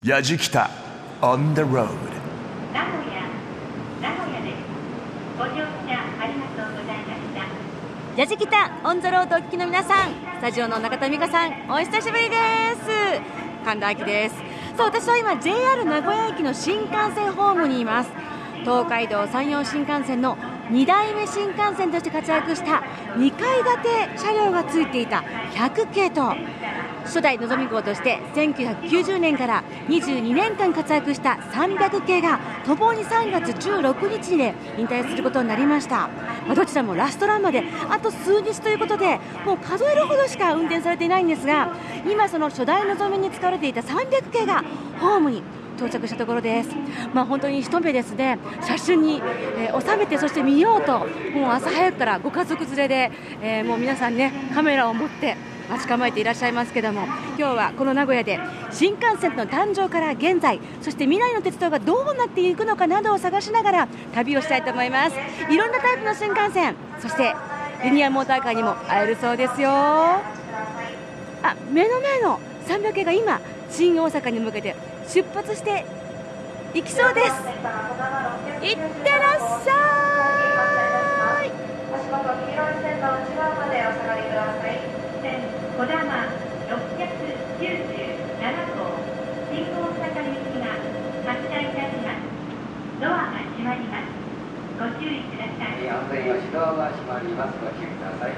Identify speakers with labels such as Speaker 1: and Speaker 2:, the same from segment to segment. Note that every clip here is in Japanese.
Speaker 1: やじきた on the road。
Speaker 2: 名古屋です。ご乗車ありがとうございました。
Speaker 3: やじきたオンザロードお聞きの皆さん、スタジオの中田美香さん、お久しぶりです。神田明です。そう、私は今 JR 名古屋駅の新幹線ホームにいます。東海道山陽新幹線の2代目新幹線として活躍した2階建て車両がついていた100系と、初代のぞみ号として1990年から22年間活躍した300系がともに3月16日で引退することになりました。どちらもラストランまであと数日ということで、もう数えるほどしか運転されていないんですが、今その初代のぞみに使われていた300系がホームに到着したところです。本当に一目ですね、写真に、収めて、そして見ようと、もう朝早くからご家族連れで、もう皆さんね、カメラを持って待ち構えていらっしゃいますけども、今日はこの名古屋で新幹線の誕生から現在、そして未来の鉄道がどうなっていくのかなどを探しながら旅をしたいと思います。いろんなタイプの新幹線、そしてリニアモーターカーにも会えるそうですよ。目の前の300系が今新大阪に向けて出発していきそうです。いってらっしゃい。
Speaker 2: 足元黄色い線の内側までお下がりください。線小玉697号新大阪行きが発車いたします。ドアが閉まります。ご注意ください。
Speaker 4: 安全よし、ドアが閉まります。ご注意ください。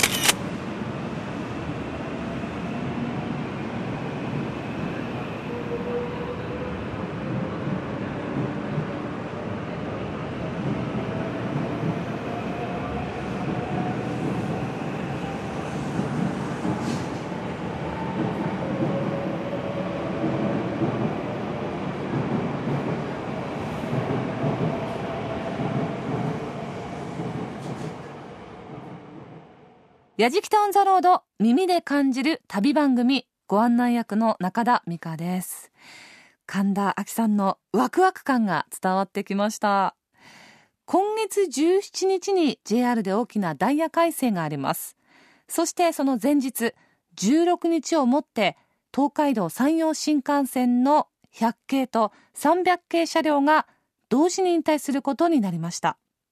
Speaker 5: やじきたオンザロード、耳で感じる旅番組、ご案内役の中田美香です。神田明さんのワクワク感が伝わってきました。今月17日に JR で大きなダイヤ改正があります。そしてその前日16日をもって東海道山陽新幹線の100系と300系車両が同時に引退することになりました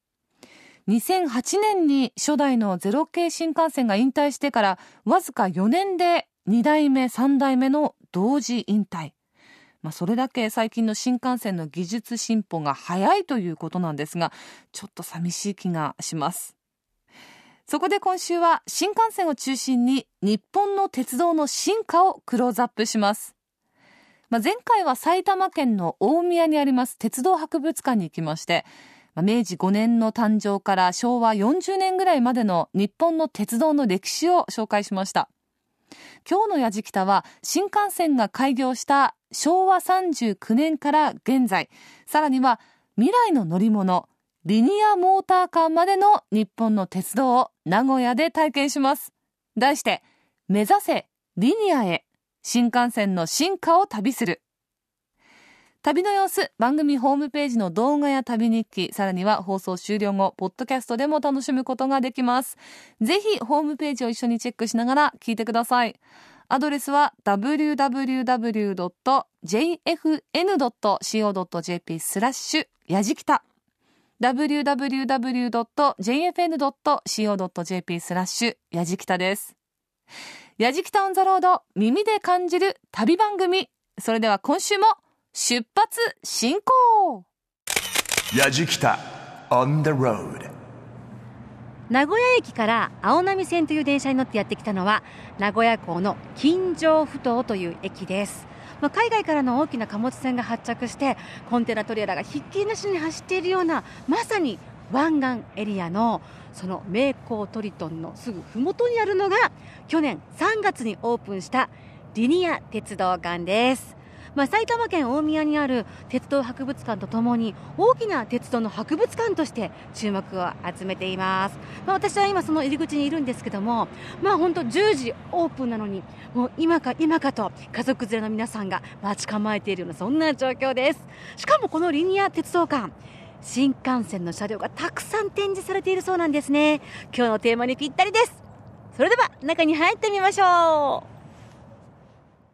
Speaker 5: 。2008年に初代の0系新幹線が引退してからわずか4年で2代目3代目の同時引退、それだけ最近の新幹線の技術進歩が早いということなんですが、ちょっと寂しい気がします。そこで今週は新幹線を中心に日本の鉄道の進化をクローズアップします。前回は埼玉県の大宮にあります鉄道博物館に行きまして、明治5年の誕生から昭和40年ぐらいまでの日本の鉄道の歴史を紹介しました。今日のやじきたは新幹線が開業した昭和39年から現在、さらには未来の乗り物リニアモーターカーまでの日本の鉄道を名古屋で体験します。題して、目指せリニアへ、新幹線の進化を旅する。旅の様子、番組ホームページの動画や旅日記、さらには放送終了後ポッドキャストでも楽しむことができます。ぜひホームページを一緒にチェックしながら聞いてください。アドレスは www.jfn.co.jp やじきた www.jfn.co.jp やじきたです。やじきたオンザロード、耳で感じる旅番組。それでは今週も出発進行。
Speaker 1: やじきた on the road。
Speaker 3: 名古屋駅から青波線という電車に乗ってやってきたのは名古屋港の金城埠頭という駅です。海外からの大きな貨物船が発着してコンテナトレーラーがひっきりなしに走っているような、まさに湾岸エリアのその名港トリトンのすぐふもとにあるのが去年3月にオープンしたリニア鉄道館です。埼玉県大宮にある鉄道博物館とともに大きな鉄道の博物館として注目を集めています。私は今その入り口にいるんですけども、本当10時オープンなのにもう今かと家族連れの皆さんが待ち構えているような、そんな状況です。しかもこのリニア鉄道館、新幹線の車両がたくさん展示されているそうなんですね。今日のテーマにぴったりです。それでは中に入ってみましょう。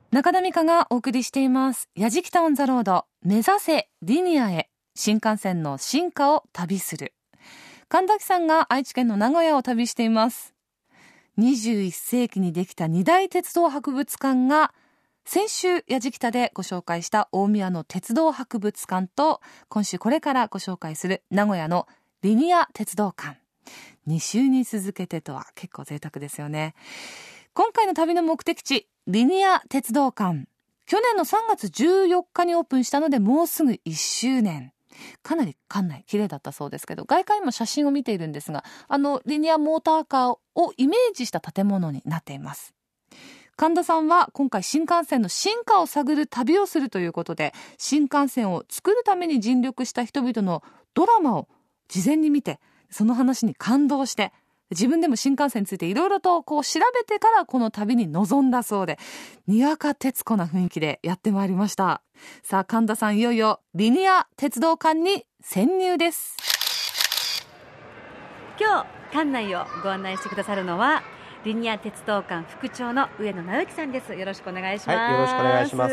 Speaker 5: 中田美香がお送りしていますやじきたオンザロード、目指せリニアへ、新幹線の進化を旅する。神崎さんが愛知県の名古屋を旅しています。21世紀にできた2大鉄道博物館が、先週やじきたでご紹介した大宮の鉄道博物館と、今週これからご紹介する名古屋のリニア鉄道館、2週に続けてとは結構贅沢ですよね。今回の旅の目的地、リニア鉄道館、去年の3月14日にオープンしたので、もうすぐ1周年。かなり館内綺麗だったそうですけど、外観も写真を見ているんですが、リニアモーターカーをイメージした建物になっています。神田さんは今回新幹線の進化を探る旅をするということで、新幹線を作るために尽力した人々のドラマを事前に見て、その話に感動して、自分でも新幹線についていろいろと調べてからこの旅に臨んだそうで、にわか徹子な雰囲気でやってまいりました。さあ神田さん、いよいよリニア鉄道館に潜入です。
Speaker 3: 今日館内をご案内してくださるのはリニア鉄道館副長の上野直之さんです。よろしくお願いします。
Speaker 6: はい、よろしくお願いします。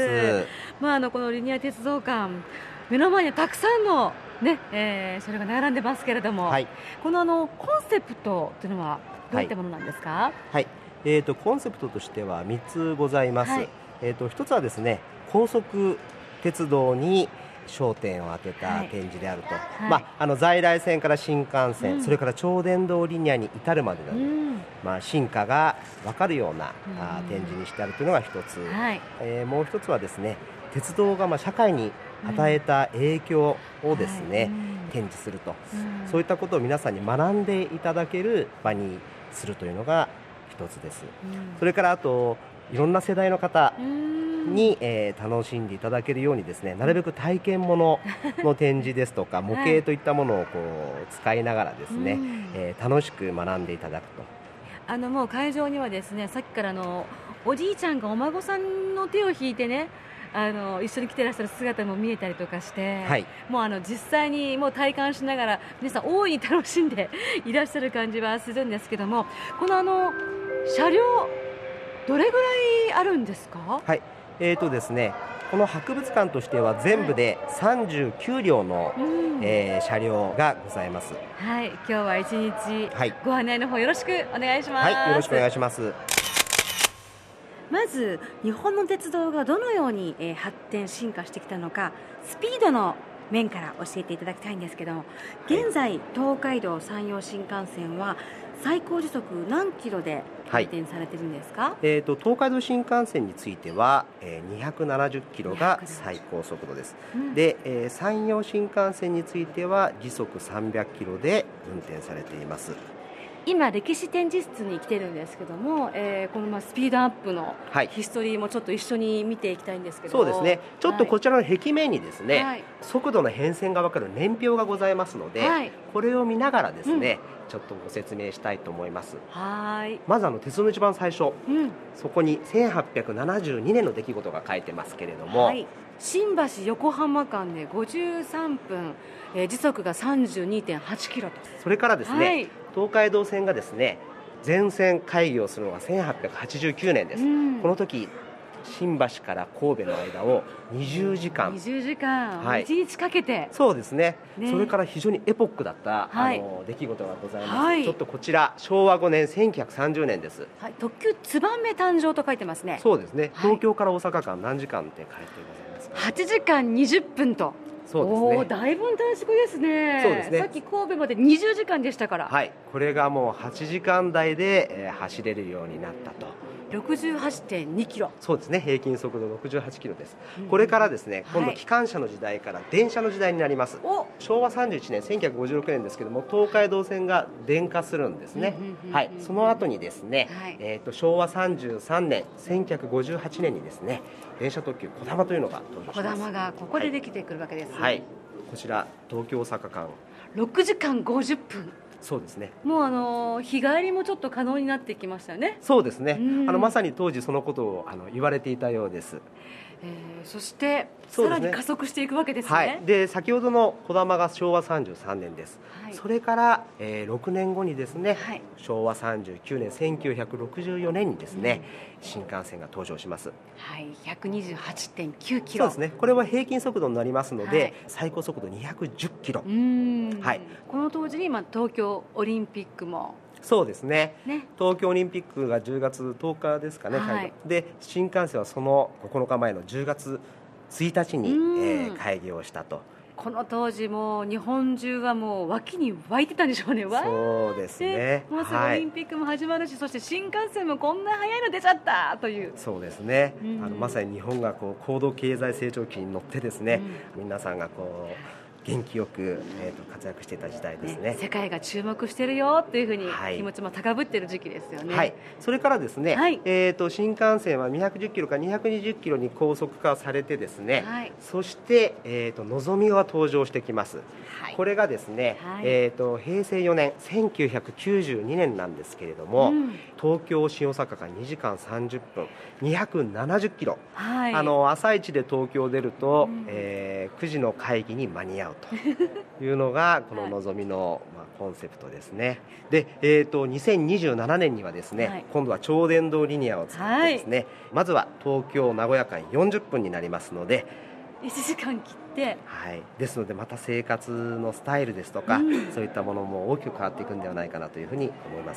Speaker 3: このリニア鉄道館、目の前にはたくさんのね、それが並んでますけれども、はい、このコンセプトというのはどういったものなんですか？
Speaker 6: はい、コンセプトとしては3つございます。はい、1つはですね、高速鉄道に焦点を当てた展示であると、はい、在来線から新幹線、それから超電導リニアに至るまでの、進化が分かるような、展示にしてあるというのが1つ、はい、もう1つはですね、鉄道が社会に与えた影響をですね、展示すると、そういったことを皆さんに学んでいただける場にするというのが一つです。それからあと、いろんな世代の方に、楽しんでいただけるようにですね、なるべく体験ものの展示ですとか模型といったものを使いながらですね、楽しく学んでいただくと。
Speaker 3: もう会場にはですね、さっきからおじいちゃんがお孫さんの手を引いてね、一緒に来てらっしゃる姿も見えたりとかして、はい、もう実際にもう体感しながら皆さん大いに楽しんでいらっしゃる感じはするんですけども、この車両どれぐらいあるんですか？
Speaker 6: はい、ですね、この博物館としては全部で39両の、車両がございます。
Speaker 3: はい、今日は一日、はい、ご案内の方よろしくお願いします。
Speaker 6: はい、よろしくお願いします。
Speaker 3: まず日本の鉄道がどのように、発展進化してきたのか、スピードの面から教えていただきたいんですけども、現在東海道山陽新幹線は最高時速何キロで運転されてるんですか？
Speaker 6: 東海道新幹線については、270キロが最高速度です。で、山陽新幹線については時速300キロで運転されています。
Speaker 3: 今歴史展示室に来てるんですけども、このスピードアップのヒストリーもちょっと一緒に見ていきたいんですけど、
Speaker 6: そうですね、ちょっとこちらの壁面にですね、速度の変遷が分かる年表がございますので、これを見ながらですね、ちょっとご説明したいと思います。
Speaker 3: はい、
Speaker 6: まず鉄道の一番最初、そこに1872年の出来事が書いてますけれども、
Speaker 3: 新橋横浜間で53分、時速が 32.8 キロと。
Speaker 6: それからですね、東海道線がですね、全線開業するのが1889年です。この時新橋から神戸の間を20時間、1日かけて、そうですね、それから非常にエポックだった、出来事がございます。ちょっとこちら昭和5年1930年です。
Speaker 3: 特急つばめ誕生と書いてますね。
Speaker 6: そうですね、東京から大阪間何時間って書いてございますか？
Speaker 3: 8時間20分と。そうですね、だいぶ短縮ですね。そうですね、さっき神戸まで20時間でしたから、
Speaker 6: これがもう8時間台で、走れるようになったと。
Speaker 3: 68.2 キロ。
Speaker 6: そうですね、平均速度68キロです。これからですね、今度機関車の時代から電車の時代になります。昭和31年1956年ですけども、東海道線が電化するんですね。その後にですね、昭和33年1958年にですね、電車特急こだまというのが登場します。
Speaker 3: こだまがここでできてくるわけです。
Speaker 6: こちら東京大阪間
Speaker 3: 6時間50分。
Speaker 6: そうですね、
Speaker 3: もう日帰りもちょっと可能になってきましたよね。
Speaker 6: そうですね、まさに当時そのことを言われていたようです。
Speaker 3: そして
Speaker 6: そうですね
Speaker 3: さらに加速していくわけですね。
Speaker 6: はい、で先ほどの児玉が昭和33年です、
Speaker 3: はい、
Speaker 6: それから、6年後にですね、
Speaker 3: はい、
Speaker 6: 昭和39年1964年にですね、新幹線が登場します。
Speaker 3: はい、128.9 キロ。
Speaker 6: そうですね、これは平均速度になりますので、
Speaker 3: はい、
Speaker 6: 最高速度210キロ。
Speaker 3: はい、この当時に東京オリンピックも
Speaker 6: そうですね、
Speaker 3: ね、
Speaker 6: 東京オリンピックが10月10日ですかね、
Speaker 3: はい、
Speaker 6: で新幹線はその9日前の10月1日に、開業したと。
Speaker 3: この当時も日本中はもう脇に湧いてたんでしょうね。
Speaker 6: そうですね、
Speaker 3: もうすぐオリンピックも始まるし、そして新幹線もこんな早いの出ちゃったという。
Speaker 6: そうですね、まさに日本が高度経済成長期に乗ってですね、皆さんが元気よく、活躍していた時代ですね。
Speaker 3: 世界が注目してるよっていうふうに気持ちも高ぶってる時期ですよね。
Speaker 6: はい、それからですね、
Speaker 3: はい、
Speaker 6: 新幹線は210キロから220キロに高速化されてですね、
Speaker 3: はい、
Speaker 6: そして、のぞみが登場してきます。
Speaker 3: はい、
Speaker 6: これがですね、
Speaker 3: はい、
Speaker 6: 平成4年1992年なんですけれども、東京新大阪間2時間30分270キロ、はい、朝一で東京出ると、9時の会議に間に合うというのがこののぞみの、コンセプトですね。で、2027年にはですね、はい、今度は超電導リニアを使ってですね、はい、まずは東京名古屋間40分になりますので、
Speaker 3: 1時間切って、
Speaker 6: はい、ですのでまた生活のスタイルですとか、そういったものも大きく変わっていくんではないかなというふうに思います。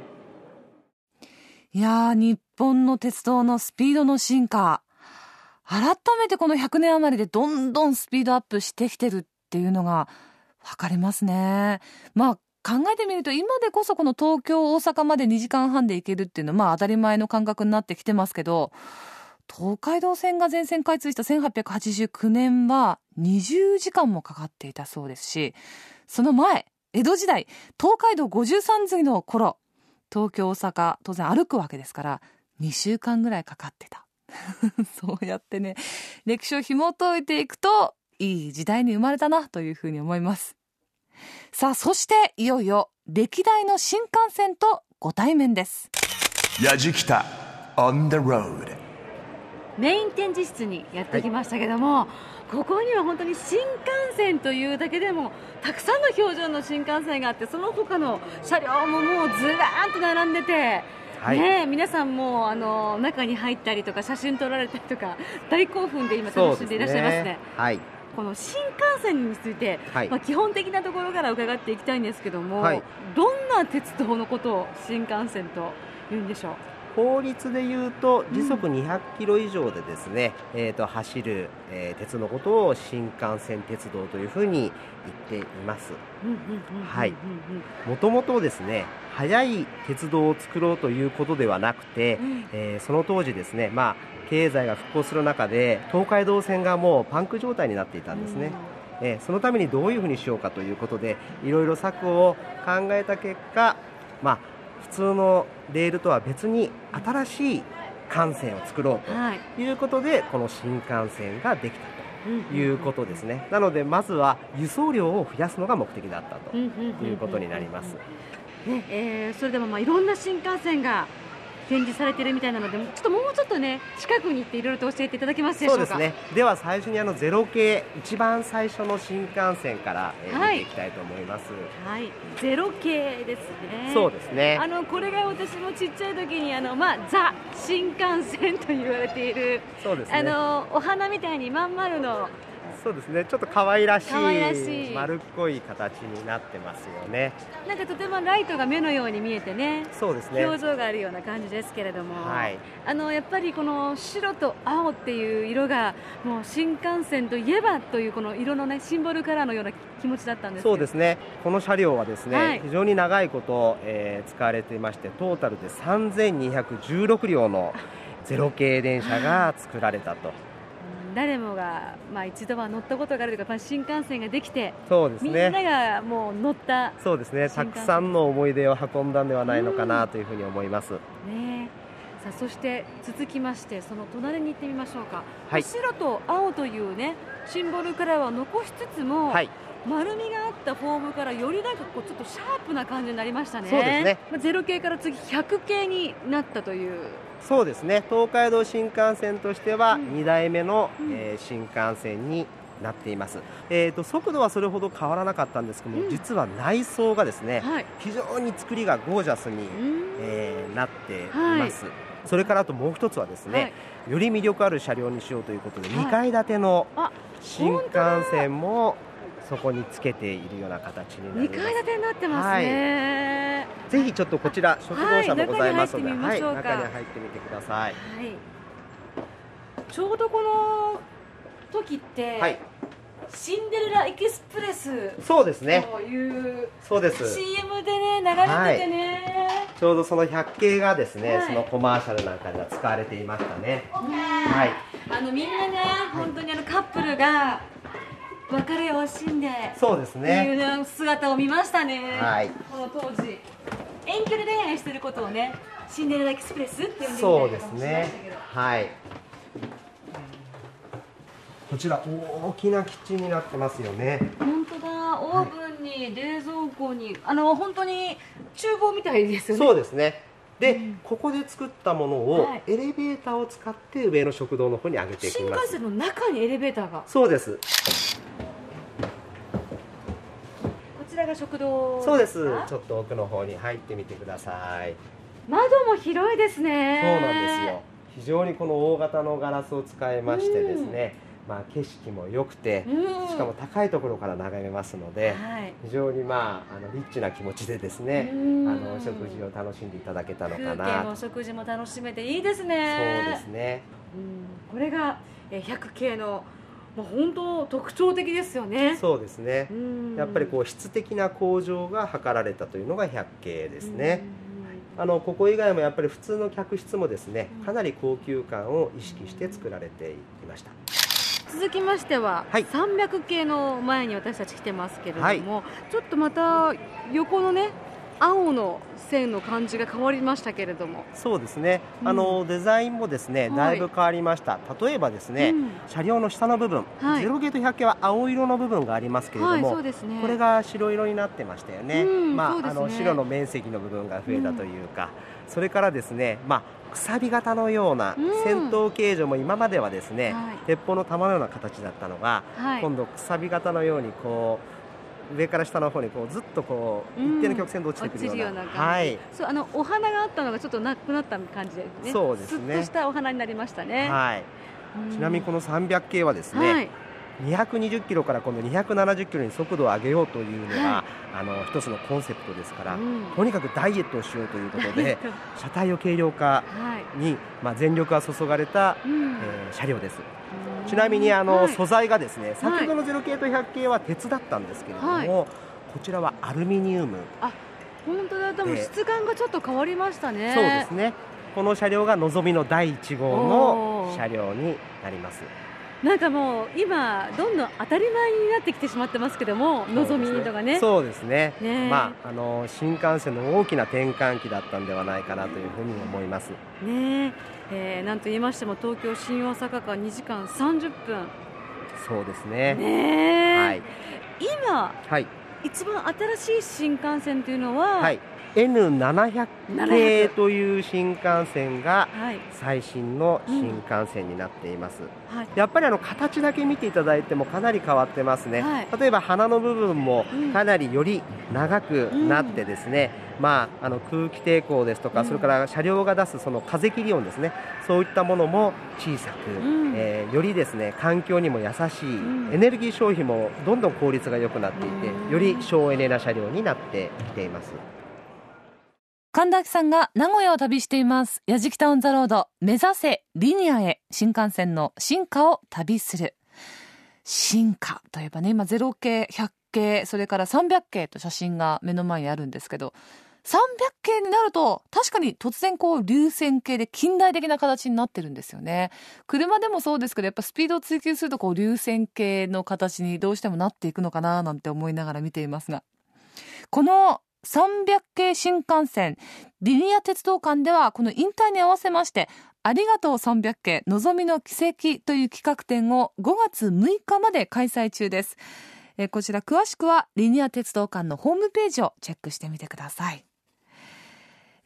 Speaker 5: いやー、日本の鉄道のスピードの進化、改めてこの100年余りでどんどんスピードアップしてきてるっていうのが分かりますね。考えてみると今でこそこの東京大阪まで2時間半で行けるっていうのは当たり前の感覚になってきてますけど、東海道線が全線開通した1889年は20時間もかかっていたそうですし、その前江戸時代東海道53次の頃、東京大阪当然歩くわけですから2週間ぐらいかかってたそうやってね、歴史を紐解いていくといい時代に生まれたなというふうに思います。さあ、そしていよいよ歴代の新幹線とご対面です。
Speaker 1: やじきた on the road。
Speaker 3: メイン展示室にやってきましたけども、はい、ここには本当に新幹線というだけでもたくさんの表情の新幹線があって、その他の車両ももうずらーっと並んでて、はい、皆さんも中に入ったりとか写真撮られたりとか大興奮で今楽しんでいらっしゃいますね。
Speaker 6: はい、
Speaker 3: この新幹線について、はい、基本的なところから伺っていきたいんですけども、はい、どんな鉄道のことを新幹線と言うんでしょう。
Speaker 6: 法律でいうと時速200キロ以上でですね、走る、鉄のことを新幹線鉄道というふうに言っています。もともとですね、速い鉄道を作ろうということではなくて、その当時ですね、経済が復興する中で東海道線がもうパンク状態になっていたんですね。そのためにどういうふうにしようかということでいろいろ策を考えた結果、普通のレールとは別に新しい幹線を作ろうということで、この新幹線ができたということですね。なのでまずは輸送量を増やすのが目的だったということになります。
Speaker 3: それでもいろんな新幹線が展示されているみたいなので、もうちょっとね近くに行っていろいろと教えていただけますでしょうか。
Speaker 6: そうですね。では最初に0系、一番最初の新幹線から、見ていきたいと思います。
Speaker 3: はい、0系ですね。
Speaker 6: そうですね。
Speaker 3: これが私もちっちゃい時にザ新幹線と言われている、
Speaker 6: そうですね、
Speaker 3: お花みたいにまん丸の、
Speaker 6: そうですね、ちょっと可愛らしい丸っこい形になってますよね。
Speaker 3: なんかとてもライトが目のように見えてね、
Speaker 6: そうですね、
Speaker 3: 表情があるような感じですけれども、
Speaker 6: はい、
Speaker 3: やっぱりこの白と青っていう色がもう新幹線といえばというこの色のねシンボルカラーのような気持ちだったんですけど。
Speaker 6: そうですね、この車両はですね、
Speaker 3: はい、
Speaker 6: 非常に長いこと、使われていまして、トータルで3216両の0系電車が作られたと。
Speaker 3: 誰もが、一度は乗ったことがあるというか、新幹線ができて、
Speaker 6: そうですね、
Speaker 3: みんながもう乗った。
Speaker 6: そうですね、たくさんの思い出を運んだんではないのかなというふうに思います。
Speaker 3: さあ、そして続きましてその隣に行ってみましょうか。
Speaker 6: はい、
Speaker 3: 白と青というねシンボルカラーは残しつつも、
Speaker 6: はい、
Speaker 3: 丸みがあったフォームからよりなんかちょっとシャープな感じになりましたね。
Speaker 6: そうですね。
Speaker 3: 0系から次100系になったという
Speaker 6: そうですね、東海道新幹線としては2代目の、新幹線になっています。速度はそれほど変わらなかったんですけども、実は内装がですね、非常に作りがゴージャスに、なっています。それからあともう一つはですね、より魅力ある車両にしようということで、2階建ての新幹線もそこにつけているような形になります。
Speaker 3: 2階建てになってますね。
Speaker 6: ぜひちょっとこちら食堂車もございますので、
Speaker 3: 中に入って
Speaker 6: みてください。
Speaker 3: ちょうどこの時って、シンデレラエクスプレス
Speaker 6: そうですね、
Speaker 3: という
Speaker 6: そうです
Speaker 3: CM でね流れててね、
Speaker 6: ちょうどその100系がですね、そのコマーシャルなんかでは使われていましたね。
Speaker 3: みんなね、本当にカップルが別れを惜しんで、
Speaker 6: そうですね、
Speaker 3: いう姿を見ましたね。この当時遠距離恋愛してることをね、シンデレラエクスプレスって呼んでみたり
Speaker 6: そうですね。こちら大きなキッチンになってますよね。
Speaker 3: 本当だ、オーブンに冷蔵庫に、本当に厨房みたいですよね。
Speaker 6: そうですね。で、ここで作ったものをエレベーターを使って上の食堂の方に上げていきます。
Speaker 3: 新幹線の中にエレベーターが。
Speaker 6: そうです。こ
Speaker 3: ちらが食堂。
Speaker 6: そうです。ちょっと奥の方に入ってみてください。
Speaker 3: 窓も広いですね。
Speaker 6: そうなんですよ。非常にこの大型のガラスを使いましてですね、景色も良くて、しかも高いところから眺めますので、非常にリッチな気持ちでですね、食事を楽しんでいただけたのかな。
Speaker 3: 風景も食事も楽しめていいですね。
Speaker 6: そうですね。
Speaker 3: これが100系の本当特徴的ですよね。
Speaker 6: そうですね。やっぱり質的な向上が図られたというのが100系ですね。ここ以外もやっぱり普通の客室もですね、かなり高級感を意識して作られていました。
Speaker 3: 続きましては、300系の前に私たち来てますけれども、ちょっとまた横のね青の線の感じが変わりましたけれども。
Speaker 6: そうですね、デザインもですねだいぶ変わりました。例えばですね、車両の下の部分、0系と100系は青色の部分がありますけれども、これが白色になってましたよね。白の面積の部分が増えたというか、それからですね、くさび型のような先頭形状も今まではですね、鉄砲の玉のような形だったのが、今度くさび型のように上から下の方にずっと一定の曲線で落ちてくるような、
Speaker 3: そうお花があったのがちょっとなくなった感じでね。
Speaker 6: そうですね。
Speaker 3: スッとしたお花になりましたね。
Speaker 6: ちなみにこの300系はですね、220キロから今度270キロに速度を上げようというのが、一つのコンセプトですから、とにかくダイエットをしようということで車体を軽量化に、全力が注がれた、車両です。ちなみに素材がですね、先ほどの0系と100系は鉄だったんですけれども、こちらはアルミニウム。
Speaker 3: 本当だ、でも質感がちょっと変わりましたね。
Speaker 6: そうですね。この車両がのぞみの第1号の車両になります。
Speaker 3: なんかもう今どんどん当たり前になってきてしまってますけども、のぞみとかね。
Speaker 6: そうですね。新幹線の大きな転換期だったんではないかなというふうに思います
Speaker 3: ね。なんと言いましても東京新大阪間2時間30分。
Speaker 6: そうですね。
Speaker 3: 今、一番新しい新幹線というのは、
Speaker 6: N700 系という新幹線が最新の新幹線になっています。やっぱり形だけ見ていただいてもかなり変わってますね。例えば鼻の部分もかなりより長くなってですね、空気抵抗ですとか、それから車両が出すその風切り音ですね、そういったものも小さく、よりですね環境にも優しい、エネルギー消費もどんどん効率が良くなっていて、より省エネな車両になってきています。
Speaker 5: 神田さんが名古屋を旅しています。やじきたオンザロード、目指せリニアへ、新幹線の進化を旅する。進化といえばね、今0系、100系、それから300系と写真が目の前にあるんですけど、300系になると確かに突然流線形で近代的な形になってるんですよね。車でもそうですけど、やっぱスピードを追求すると流線形の形にどうしてもなっていくのかななんて思いながら見ていますが、この300系新幹線リニア鉄道館ではこの引退に合わせまして、ありがとう300系のぞみの奇跡という企画展を5月6日まで開催中です。こちら詳しくはリニア鉄道館のホームページをチェックしてみてください。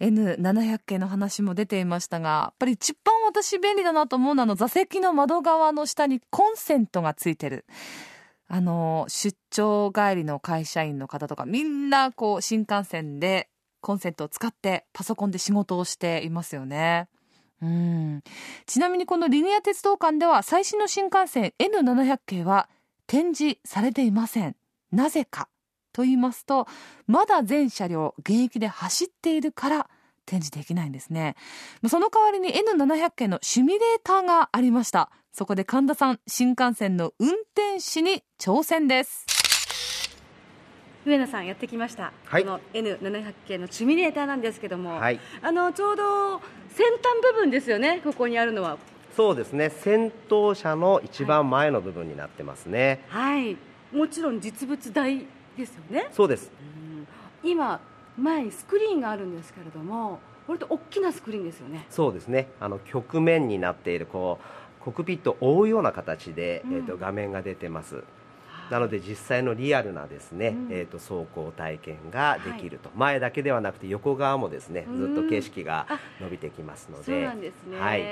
Speaker 5: N700 系の話も出ていましたが、やっぱり一番私便利だなと思うのは座席の窓側の下にコンセントがついてる。出張帰りの会社員の方とかみんなこう新幹線でコンセントを使ってパソコンで仕事をしていますよね。ちなみにこのリニア鉄道館では最新の新幹線 N700 系は展示されていません。なぜかと言いますと、まだ全車両現役で走っているから展示できないんですね。その代わりに N700 系のシミュレーターがありました。そこで神田さん、新幹線の運転士に挑戦です。
Speaker 3: 上野さんやってきました、
Speaker 6: はい、
Speaker 3: この N700 系のシミュレーターなんですけども、
Speaker 6: はい、
Speaker 3: ちょうど先端部分ですよね、ここにあるのは。
Speaker 6: そうですね、先頭車の一番前の部分になってますね。
Speaker 3: はい、もちろん実物大ですよね。
Speaker 6: そうです。
Speaker 3: 今前にスクリーンがあるんですけれども、割と大きなスクリーンですよね。
Speaker 6: そうですね、曲面になっているコックピットを覆うような形で、画面が出てます。なので実際のリアルなですね、走行体験ができると、前だけではなくて横側もですね、ずっと景色が伸びてきますので。
Speaker 3: そうなんですね、はい、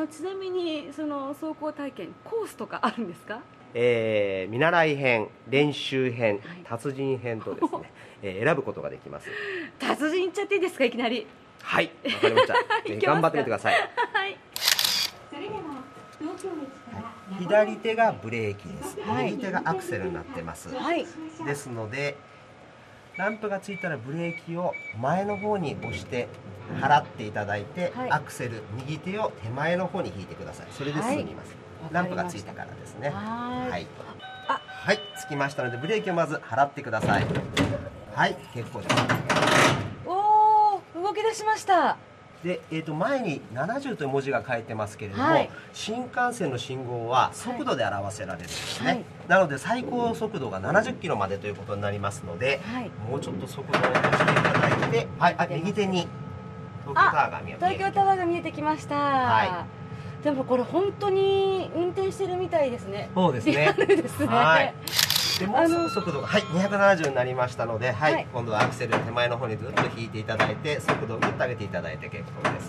Speaker 3: ちなみにその走行体験コースとかあるんですか？
Speaker 6: 見習い編、練習編、達人編とですね、選ぶことができます。
Speaker 3: 達人いっちゃっていいですか、いきなり。
Speaker 6: はい、わかりました頑張ってみてください。
Speaker 3: はい、
Speaker 2: それでは東京駅から
Speaker 6: 左手がブレーキです、右手がアクセルになってます、
Speaker 3: はい、
Speaker 6: ですのでランプがついたらブレーキを前の方に押して払っていただいて、アクセル右手を手前の方に引いてください。それで進みます、ランプがついてからですね。はい、はい、つきましたのでブレーキをまず払ってください。はい、結構です。
Speaker 3: おー、動き出しました。
Speaker 6: で、前に70という文字が書いてますけれども、新幹線の信号は速度で表せられるんですね、なので最高速度が70キロまでということになりますので、もうちょっと速度を落としていただいて、右手に東京タワーが見えてきました。
Speaker 3: 東京タワーが見えてきました、でもこれ本当に運転してるみたいですね。
Speaker 6: そうですね、
Speaker 3: リアルですね。
Speaker 6: でもう速度が、270になりましたので、今度はアクセルを手前の方にずっと引いていただいて、速度をぐっと上げていただいて結構です。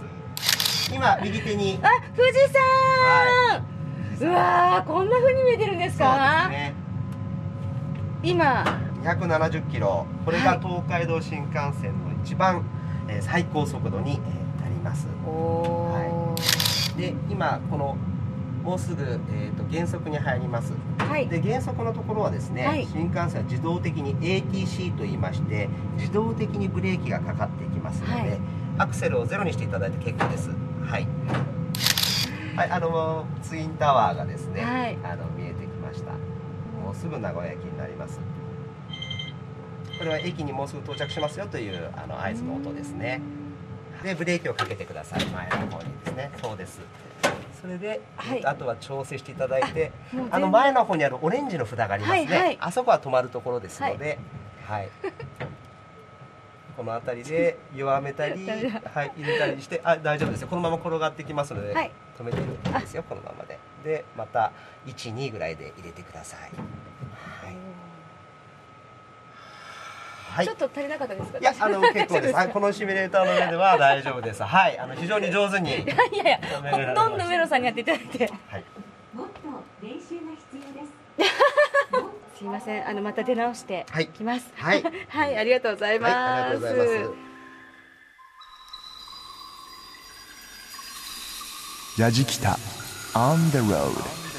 Speaker 6: 今右手に
Speaker 3: 富士山、うわー、こんな風に見えてるんですか？そうですね、今
Speaker 6: 270キロ、これが東海道新幹線の一番、最高速度になります。で今このもうすぐ、減速に入ります、で減速のところはですね、新幹線は自動的に ATC といいまして、自動的にブレーキがかかっていきますので、アクセルをゼロにしていただいて結構です。ツインタワーがですね、見えてきました。もうすぐ名古屋駅になります。これは駅にもうすぐ到着しますよという合図の音ですね。でブレーキをかけてください、前の方にですね。そうです。それで、あとは調整していただいて、前の方にあるオレンジの札がありますね、あそこは止まるところですので、この辺りで弱めたり、入れたりして、大丈夫ですよ。このまま転がってきますので、止めていいですよ、このままで。でまた1、2ぐらいで入れてください。
Speaker 3: ちょっと足りなかったですか？
Speaker 6: いや、結構です。このシミュレーターの上では大丈夫です。非常に上手に。
Speaker 3: いや、ほとんど上野さんにやっていただいて。
Speaker 2: もっと練習が必要です。
Speaker 3: すいません、また出直してきます。
Speaker 6: はい、
Speaker 3: ありがとうございます。
Speaker 6: ありがとうございます。
Speaker 1: やじきた On the road。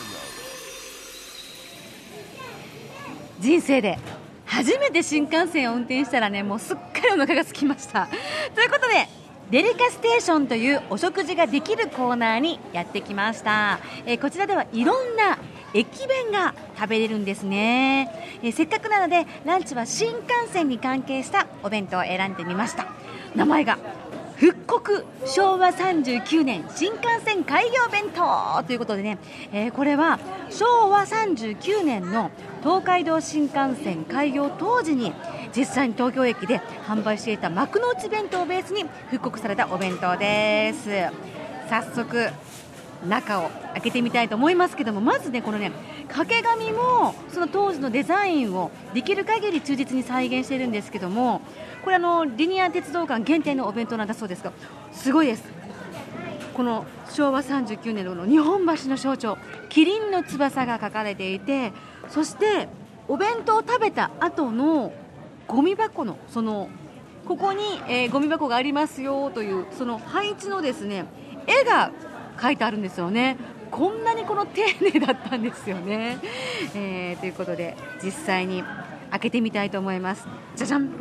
Speaker 3: 人生で初めて新幹線を運転したらね、もうすっかりお腹が空きました。ということでデリカステーションというお食事ができるコーナーにやってきました。こちらではいろんな駅弁が食べれるんですね。せっかくなのでランチは新幹線に関係したお弁当を選んでみました。名前が復刻昭和39年新幹線開業弁当ということでね、これは昭和39年の東海道新幹線開業当時に実際に東京駅で販売していた幕の内弁当をベースに復刻されたお弁当です。早速中を開けてみたいと思いますけども、まずねこのね掛け紙もその当時のデザインをできる限り忠実に再現しているんですけども、これリニア鉄道館限定のお弁当なんだそうですが、すごいです。この昭和39年の日本橋の象徴、キリンの翼が書かれていて、そしてお弁当を食べた後のゴミ箱のここに、ゴミ箱がありますよというその配置のですね絵が書いてあるんですよね。こんなに丁寧だったんですよね、ということで実際に開けてみたいと思います。じゃじゃん。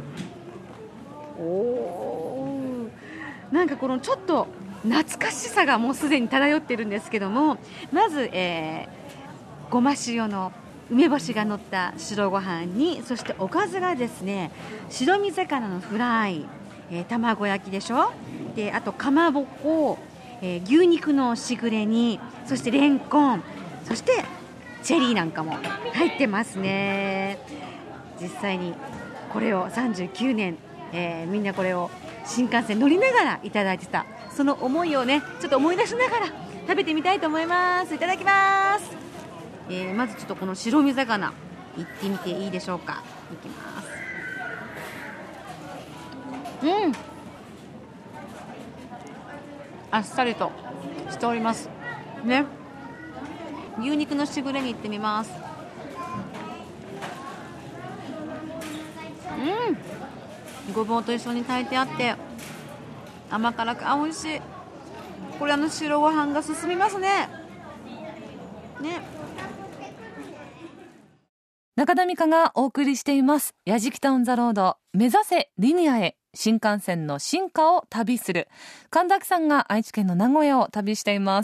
Speaker 3: なんかちょっと懐かしさがもうすでに漂っているんですけども、まず、ごま塩の梅干しが乗った白ご飯に、そしておかずがですね白身魚のフライ、卵焼きでしょ、であとかまぼこ、牛肉のしぐれ煮、そしてレンコン、そしてチェリーなんかも入ってますね。実際にこれを39年、みんなこれを新幹線乗りながらいただいてたその思いをねちょっと思い出しながら食べてみたいと思います。いただきます。まずちょっとこの白身魚いってみていいでしょうか。いきます。あっさりとしておりますね。牛肉のしぐれにいってみます。ごぼうと一緒に炊いてあって甘辛く美味しい。これ白ご飯が進みますね。
Speaker 5: 中田美香がお送りしていますやじきたオンザロード、目指せリニアへ、新幹線の進化を旅する。神田さんが愛知県の名古屋を旅しています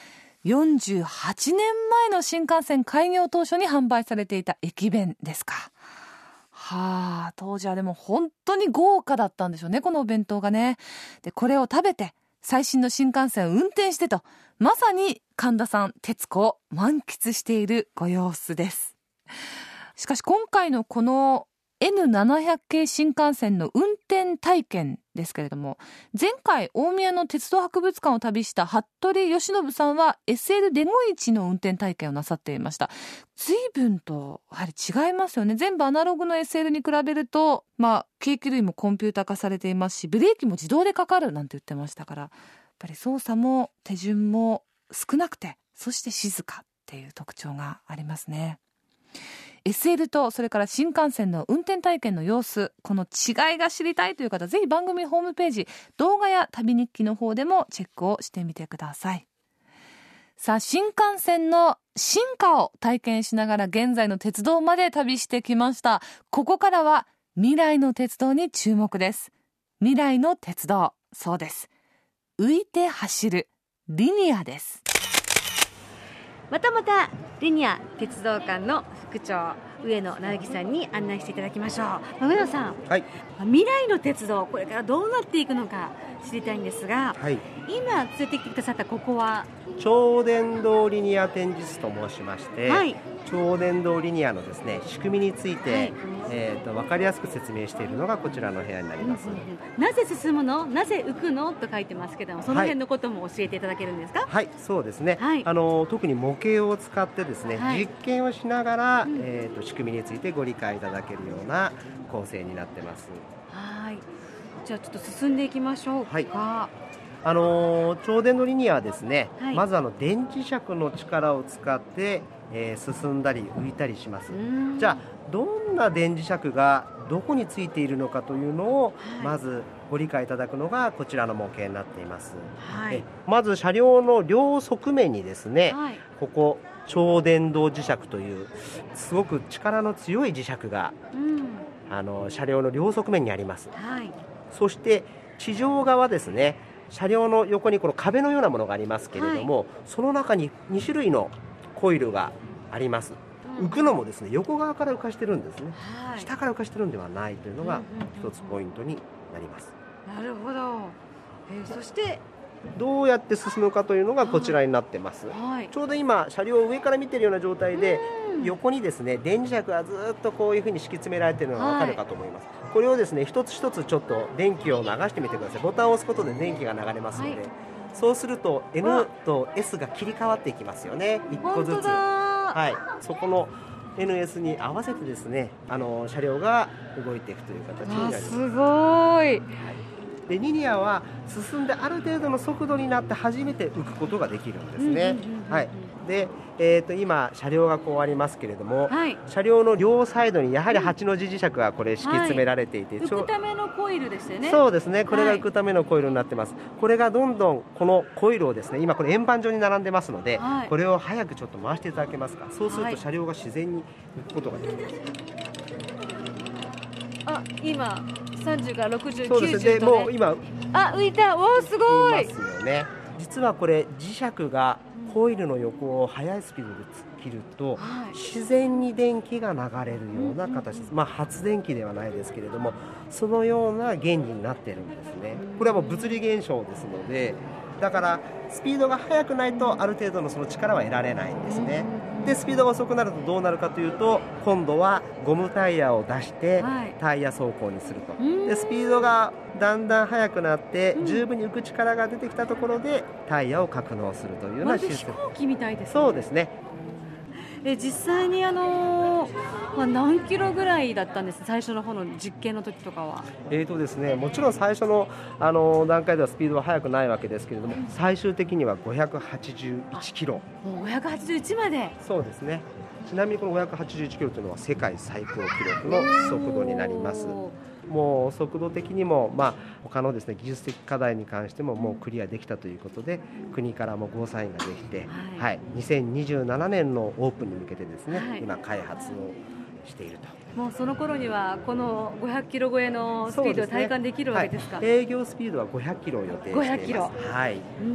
Speaker 5: 。48年前の新幹線開業当初に販売されていた駅弁ですか。当時はでも本当に豪華だったんでしょうね、このお弁当がね。でこれを食べて最新の新幹線を運転してと、まさに神田さん徹子を満喫しているご様子です。しかし今回のこの N700 系新幹線の運転体験ですけれども、前回大宮の鉄道博物館を旅した服部義信さんは SL レゴイチの運転体験をなさっていました。随分とやはり違いますよね。全部アナログの SL に比べると、計器類もコンピュータ化されていますし、ブレーキも自動でかかるなんて言ってましたから、やっぱり操作も手順も少なくて、そして静かっていう特徴がありますね。SL とそれから新幹線の運転体験の様子、この違いが知りたいという方、ぜひ番組ホームページ、動画や旅日記の方でもチェックをしてみてください。さあ、新幹線の進化を体験しながら現在の鉄道まで旅してきました。ここからは未来の鉄道に注目です。未来の鉄道、そうです、浮いて走るリニアです。
Speaker 3: またリニア鉄道館の副長上野直樹さんに案内していただきましょう。上野さん、未来の鉄道これからどうなっていくのか知りたいんですが、今連れてきてくださったここは
Speaker 6: 超電導リニア展示室と申しまして、超電導リニアのですね仕組みについて、分かりやすく説明しているのがこちらの部屋になります。
Speaker 3: なぜ進むの、なぜ浮くのと書いてますけども、その辺のことも教えていただけるんですか。
Speaker 6: そうですね、特に模型を使ってですね、実験をしながら、仕組みについてご理解いただけるような構成になってます。
Speaker 3: じゃあちょっと進んでいきましょうか。
Speaker 6: 超電導リニアはですね、まず電磁石の力を使って、進んだり浮いたりします。じゃあどんな電磁石がどこについているのかというのを、まずご理解いただくのがこちらの模型になっています。まず車両の両側面にですね、ここ超電導磁石というすごく力の強い磁石が、車両の両側面にあります。そして地上側ですね、車両の横にこの壁のようなものがありますけれども、その中に2種類のコイルがあります。浮くのもですね、横側から浮かしてるんですね、下から浮かしてるんではないというのが一つポイントになります。
Speaker 3: なるほど。そして
Speaker 6: どうやって進むかというのがこちらになってます。ちょうど今車両を上から見ているような状態で、横にですね電磁石がずっとこういうふうに敷き詰められているのが分かるかと思います。これをですね一つ一つちょっと電気を流してみてください。ボタンを押すことで電気が流れますので、そうすると N と S が切り替わっていきますよね。一個ずつはい、そこの NS に合わせてですね、車両が動いていくという形になります。
Speaker 3: すごい。
Speaker 6: でリニアは進んである程度の速度になって初めて浮くことができるんですね。はい。で、今車両がこうありますけれども、
Speaker 3: はい、
Speaker 6: 車両の両サイドにやはり8の字磁石がこれ敷き詰められていて、
Speaker 3: 浮くためのコイルですよね。
Speaker 6: そうですね、これが浮くためのコイルになってます。これがどんどんこのコイルをですね、今これ円盤状に並んでますので、これを早くちょっと回していただけますか。そうすると車両が自然に浮くことができます。
Speaker 3: あ、今30から60、
Speaker 6: そうです
Speaker 3: 90と、ね、
Speaker 6: もう今
Speaker 3: 浮いた。おー、すごい。
Speaker 6: 浮きますよね。実はこれ磁石がコイルの横を速いスピードで切ると、自然に電気が流れるような形です。発電機ではないですけれども、そのような原理になっているんですね。これはもう物理現象ですので、だからスピードが速くないとある程度のその力は得られないんですね。でスピードが遅くなるとどうなるかというと、今度はゴムタイヤを出してタイヤ走行にすると。でスピードがだんだん速くなって十分に浮く力が出てきたところでタイヤを格納するというようなシステム。
Speaker 3: 飛行機みたいですね。
Speaker 6: そうですね。
Speaker 3: 実際に何キロぐらいだったんです、最初の方の実験の時とかは。
Speaker 6: ですね、もちろん最初の、段階ではスピードは速くないわけですけれども、最終的には581キロ。
Speaker 3: もう581まで。
Speaker 6: そうですね。ちなみにこの581キロというのは世界最高記録の速度になります。もう速度的にも、他のですね、技術的課題に関してももうクリアできたということで、国からもゴーサインができて、2027年のオープンに向けてですね、今開発をしていると。
Speaker 3: もうその頃にはこの500キロ超えのスピードを体感できるわけですか。
Speaker 6: 営業スピードは500キロを予定しています。
Speaker 3: 500キロ。
Speaker 6: はい。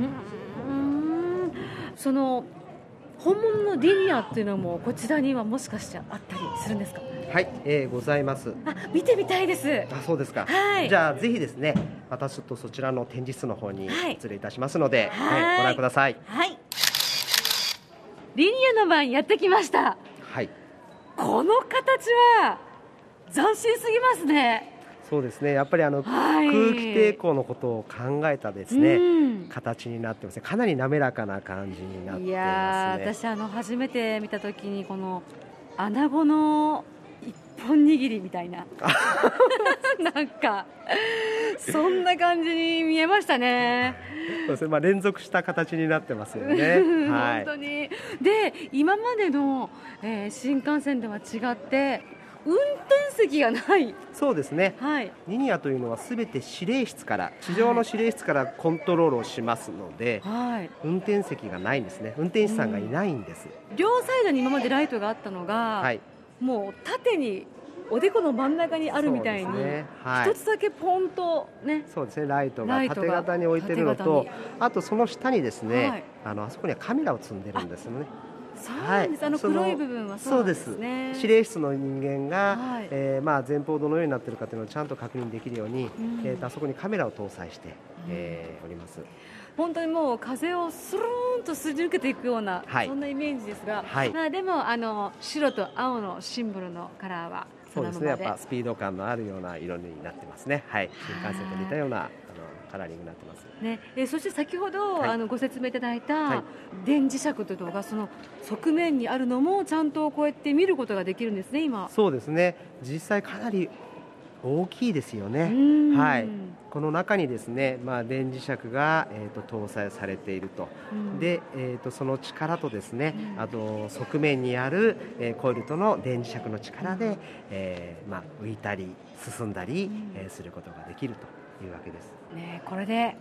Speaker 3: その本物のリニアっていうのもこちらにはもしかしてあったりするんですか。
Speaker 6: はい、ございます。
Speaker 3: 見てみたいです。
Speaker 6: そうですか。じゃあぜひですね、私とそちらの展示室の方に失礼いたしますので、ご覧ください。はい。
Speaker 3: リニアの前にやってきました。
Speaker 6: はい。
Speaker 3: この形は斬新すぎますね。
Speaker 6: そうですね、やっぱり空気抵抗のことを考えたですね、形になってますね。かなり滑らかな感じになってますね。いや
Speaker 3: 私初めて見たときにこの穴子の一本握りみたいななんかそんな感じに見えましたね。
Speaker 6: そうですね、連続した形になってますよね。
Speaker 3: 本当に。で今までの、新幹線では違って運転席がない。
Speaker 6: そうですね、リニアというのはすべて指令室から、地上の指令室からコントロールをしますので、運転席がないんですね。運転手さんがいないんです。
Speaker 3: 両サイドに今までライトがあったのが、もう縦におでこの真ん中にあるみたいに、一つだけポンとね。そうですね、ライトが縦型に置いてるのと、あとその下にですね、あそこにはカメラを積んでるんですよね。そうなんです。黒い部分はそうですね。指令室の人間が、前方どのようになっているかというのをちゃんと確認できるように、あそこにカメラを搭載して、おります。本当にもう風をスルーンとすり抜けていくような、そんなイメージですが、でも白と青のシンボルのカラーはそうですね、やっぱスピード感のあるような色になってますね。新幹線と似たようなカラーリングになってますね。そして先ほど、ご説明いただいた電磁石というのがその側面にあるのもちゃんとこうやって見ることができるんですね。今そうですね、実際かなり大きいですよね。この中にですね、電磁石が、搭載されていると。で、その力とですね、あと側面にある、コイルとの電磁石の力で、浮いたり進んだり、することができるというわけです。これで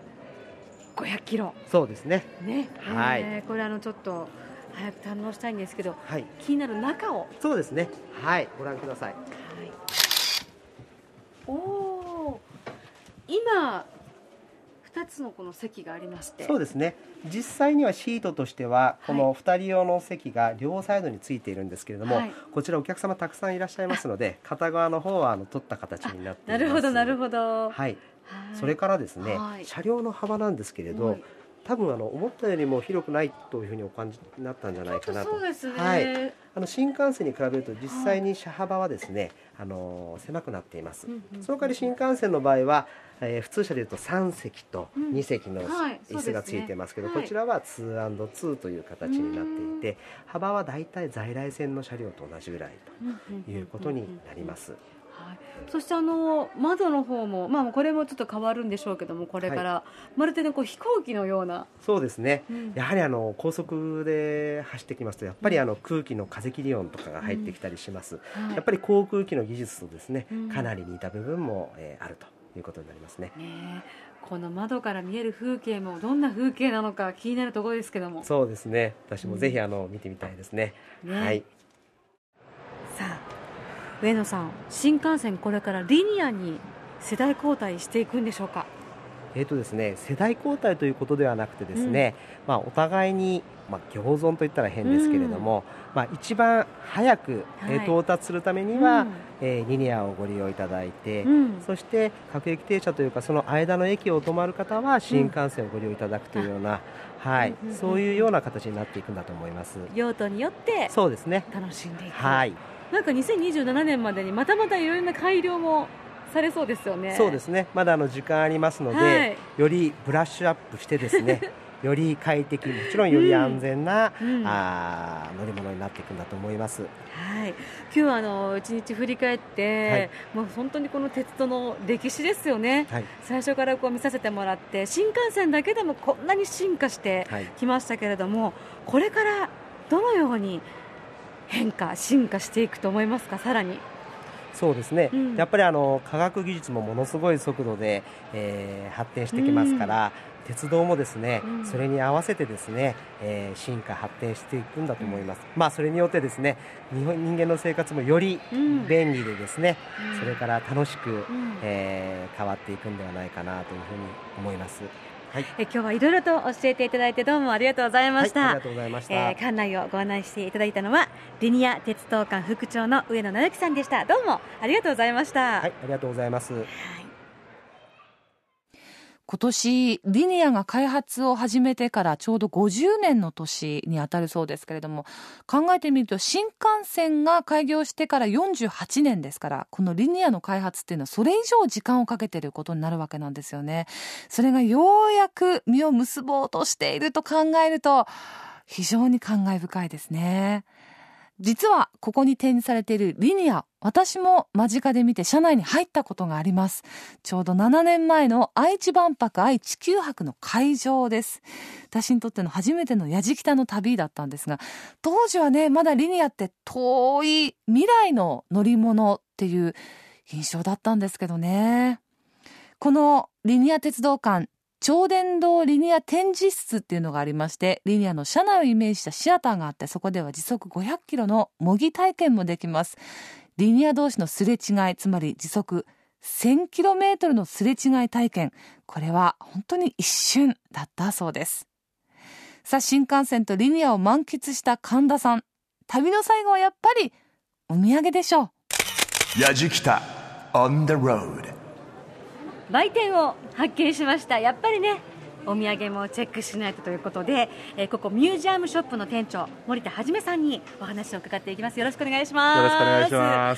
Speaker 3: 500キロ。そうですね。これちょっと早く堪能したいんですけど、気になる中を。そうですね。ご覧ください。今2つのこの席がありまして。そうですね、実際にはシートとしてはこの2人用の席が両サイドについているんですけれども、こちらお客様たくさんいらっしゃいますので、片側の方は取った形になっています。なるほどなるほど。それからですね、車両の幅なんですけれど、
Speaker 6: 多分思ったよりも広くないというふうにお感じになったんじゃないかなと。
Speaker 3: そうですね、
Speaker 6: はい、新幹線に比べると実際に車幅はですね、狭くなっています、その代わり新幹線の場合は、普通車でいうと3席と2席の椅子がついてますけど、こちらは 2&2 という形になっていて、幅はだいたい在来線の車両と同じぐらいということになります。
Speaker 3: はい、そして窓の方も、これもちょっと変わるんでしょうけども、これから、まるで、飛行機のような。
Speaker 6: そうですね、やはり高速で走ってきますと、やっぱり空気の風切り音とかが入ってきたりします、やっぱり航空機の技術とですね、かなり似た部分も、あるということになりますね。
Speaker 3: この窓から見える風景もどんな風景なのか気になるところですけども。
Speaker 6: そうですね、私もぜひ見てみたいですね。はい。
Speaker 3: さあ上野さん、新幹線これからリニアに世代交代していくんでしょうか。
Speaker 6: ですね、世代交代ということではなくてですね、お互いに、共存といったら変ですけれども、一番早く、到達するためには、リニアをご利用いただいて、そして各駅停車というかその間の駅を止まる方は新幹線をご利用いただくというような、そういうような形になっていくんだと思います。
Speaker 3: 用途によって
Speaker 6: そうですね、
Speaker 3: 楽しんでいく。
Speaker 6: なん
Speaker 3: か2027年までにまたいろいろな改良もされそうですよね。
Speaker 6: そうですね、まだ時間ありますので、よりブラッシュアップしてですねより快適、もちろんより安全な、乗り物になっていくんだと思います。
Speaker 3: 今日は一日振り返って、もう本当にこの鉄道の歴史ですよね、最初から見させてもらって、新幹線だけでもこんなに進化してきましたけれども、これからどのように進化していくと思いますか。さらに
Speaker 6: そうですね、やっぱり科学技術もものすごい速度で、発展してきますから、鉄道もですね、それに合わせてですね、進化発展していくんだと思います。それによってですね、人間の生活もより便利でですね、それから楽しく、変わっていくんではないかなというふうに思います。
Speaker 3: 今日はいろいろと教えていただいてどうもありがとうございました。
Speaker 6: ありがとうございました。
Speaker 3: 館内をご案内していただいたのはリニア鉄道館副長の上野直之さんでした。どうもありがとうございました。
Speaker 6: ありがとうございます。
Speaker 5: 今年リニアが開発を始めてからちょうど50年の年にあたるそうですけれども、考えてみると新幹線が開業してから48年ですから、このリニアの開発っていうのはそれ以上時間をかけていることになるわけなんですよね。それがようやく実を結ぼうとしていると考えると非常に感慨深いですね。実はここに展示されているリニア、私も間近で見て車内に入ったことがあります。ちょうど7年前の愛知万博愛・地球博の会場です。私にとっての初めてのやじきたの旅だったんですが、当時はね、まだリニアって遠い未来の乗り物っていう印象だったんですけどね。このリニア鉄道館、超電導リニア展示室っていうのがありまして、リニアの車内をイメージしたシアターがあって、そこでは時速500キロの模擬体験もできます。リニア同士のすれ違い、つまり時速1000キロメートルのすれ違い体験、これは本当に一瞬だったそうです。さあ、新幹線とリニアを満喫した神田さん、旅の最後はやっぱりお土産でしょう。
Speaker 1: やじきた on the road。
Speaker 3: 売店を発見しました。やっぱりね、お土産もチェックしないとということで、ここミュージアムショップの店長森田はじめさんにお話を伺っていきます。よろしくお願いします。
Speaker 7: よろしくお願いします。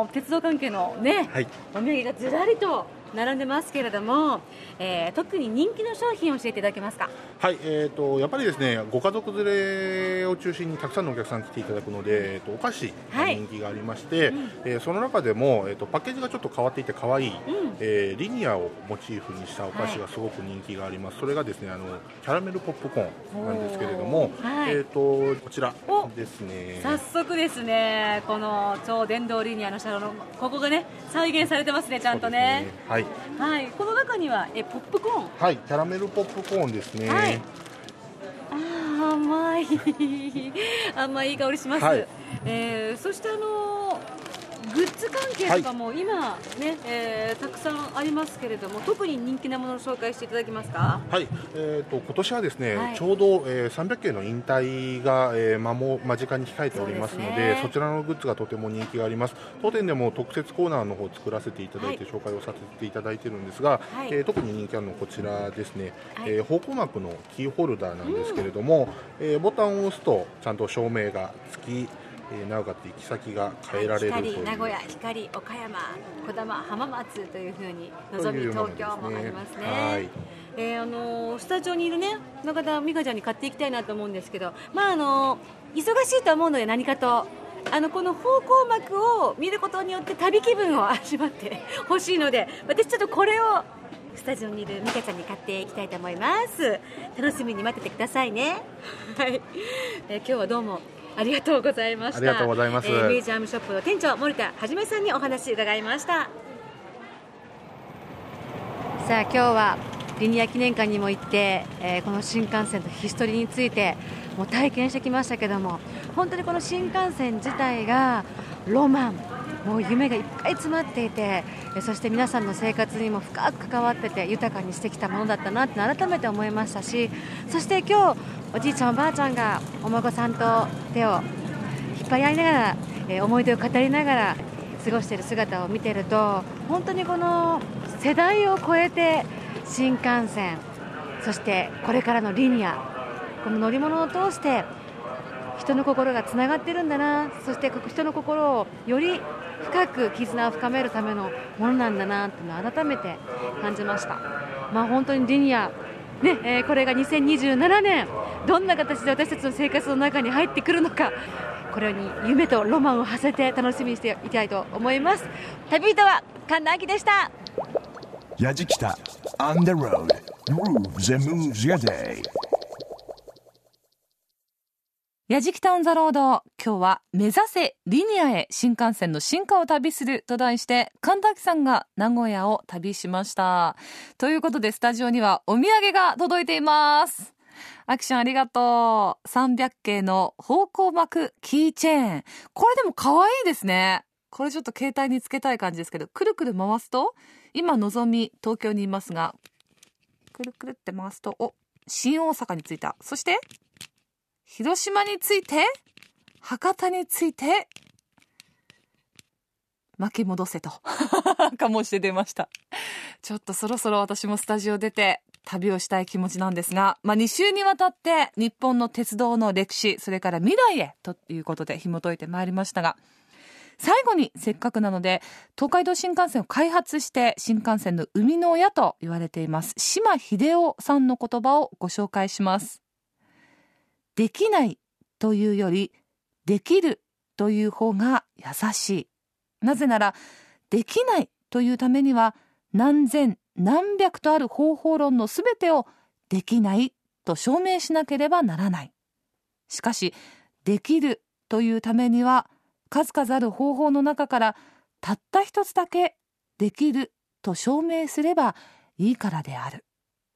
Speaker 3: 鉄道関係のね、お土産がずらりと並んでますけれども、特に人気の商品を教えていただけますか。
Speaker 7: はい、やっぱりですね、ご家族連れを中心にたくさんのお客さん来ていただくので、お菓子の人気がありまして、その中でも、パッケージがちょっと変わっていて可愛い、リニアをモチーフにしたお菓子がすごく人気があります。それがですね、キャラメルポップコーンなんですけれども、こちらですね。
Speaker 3: 早速ですね、この超電導リニアの車両のここがね再現されてますね、ちゃんとね。この中にはポップコーン、
Speaker 7: キャラメルポップコーンですね。甘い
Speaker 3: 甘いいい香りします。そしてググッズ関係とかも今ね、たくさんありますけれども、特に人気なものを紹介していただけますか？
Speaker 7: はい、今年はですね、
Speaker 3: はい、
Speaker 7: ちょうど、300系の引退が、間近に控えておりますので、そちらのグッズがとても人気があります。当店でも特設コーナーの方を作らせていただいて、紹介をさせていただいているんですが、特に人気あるのはこちらですね、方向幕のキーホルダーなんですけれども、ボタンを押すとちゃんと照明がつき、なおかつ行き先が変えられるという、
Speaker 3: 名古屋、光、岡山、児玉、浜松というふうに、のぞみ東京もありますね。スタジオにいるね、中田美香ちゃんに買っていきたいなと思うんですけど、忙しいと思うので何かとこの方向幕を見ることによって旅気分を味わってほしいので、私ちょっとこれをスタジオにいる美香ちゃんに買っていきたいと思います。楽しみに待っててくださいね。はい、今日はどうもありがとうございました。
Speaker 7: ありがとうございます。
Speaker 3: ミュージアムショップの店長森田はじめさんにお話伺いました。さあ今日はリニア記念館にも行って、この新幹線のヒストリーについてもう体験してきましたけども、本当にこの新幹線自体がロマン、もう夢がいっぱい詰まっていて、そして皆さんの生活にも深く関わってて豊かにしてきたものだったなって改めて思いましたし、そして今日おじいちゃんおばあちゃんがお孫さんと手を引っ張り合いながら、思い出を語りながら過ごしている姿を見ていると、本当にこの世代を超えて新幹線、そしてこれからのリニア、この乗り物を通して人の心がつながっているんだな、そして人の心をより深く絆を深めるためのものなんだなというのを改めて感じました。本当にリニア、ね、これが2027年どんな形で私たちの生活の中に入ってくるのか、これに夢とロマンを馳せて楽しみにしていきたいと思います。旅人は神田明でした。
Speaker 1: やじきた On the road Grooves and moves your day。
Speaker 5: やじきたオンザロード、今日は目指せリニアへ新幹線の進化を旅すると題して神田さんが名古屋を旅しました。ということでスタジオにはお土産が届いています。アキションありがとう。300系の方向幕キーチェーン、これでも可愛いですね。これちょっと携帯につけたい感じですけど、くるくる回すと、今のぞみ東京にいますが、くるくるって回すと、新大阪に着いた。そして広島に着いて、博多に着いて、巻き戻せとかもして出ました。ちょっとそろそろ私もスタジオ出て旅をしたい気持ちなんですが、2週にわたって日本の鉄道の歴史、それから未来へということで紐解いてまいりましたが、最後にせっかくなので東海道新幹線を開発して新幹線の生みの親と言われています島秀夫さんの言葉をご紹介します。できないというよりできるという方が優しい。なぜならできないというためには何千何百とある方法論のすべてをできないと証明しなければならない。しかしできるというためには数々ある方法の中からたった一つだけできると証明すればいいからである。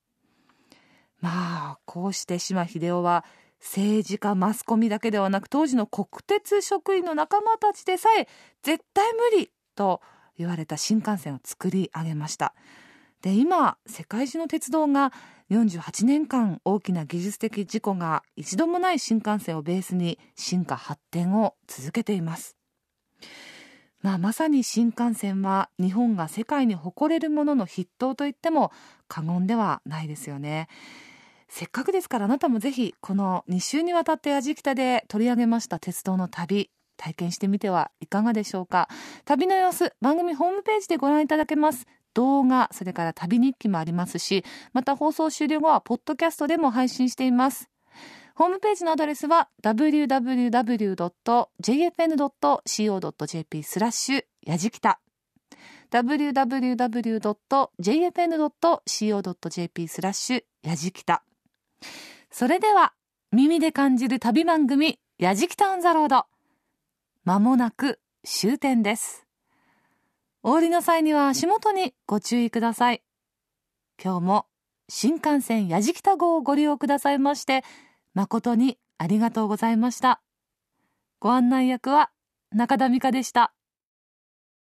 Speaker 5: こうして島秀夫は政治家マスコミだけではなく当時の国鉄職員の仲間たちでさえ絶対無理と言われた新幹線を作り上げました。で、今世界中の鉄道が48年間大きな技術的事故が一度もない新幹線をベースに進化発展を続けています。まさに新幹線は日本が世界に誇れるものの筆頭と言っても過言ではないですよね。せっかくですからあなたもぜひこの2週にわたってやじきたで取り上げました鉄道の旅、体験してみてはいかがでしょうか。旅の様子、番組ホームページでご覧いただけます。動画、それから旅日記もありますし、また放送終了後はポッドキャストでも配信しています。ホームページのアドレスは www.jfn.co.jp やじきた www.jfn.co.jp やじきた。それでは耳で感じる旅番組やじきたオンザロード、まもなく終点です。お降りの際には足元にご注意ください。今日も新幹線やじきた号をご利用くださいまして誠にありがとうございました。ご案内役は中田美香でした。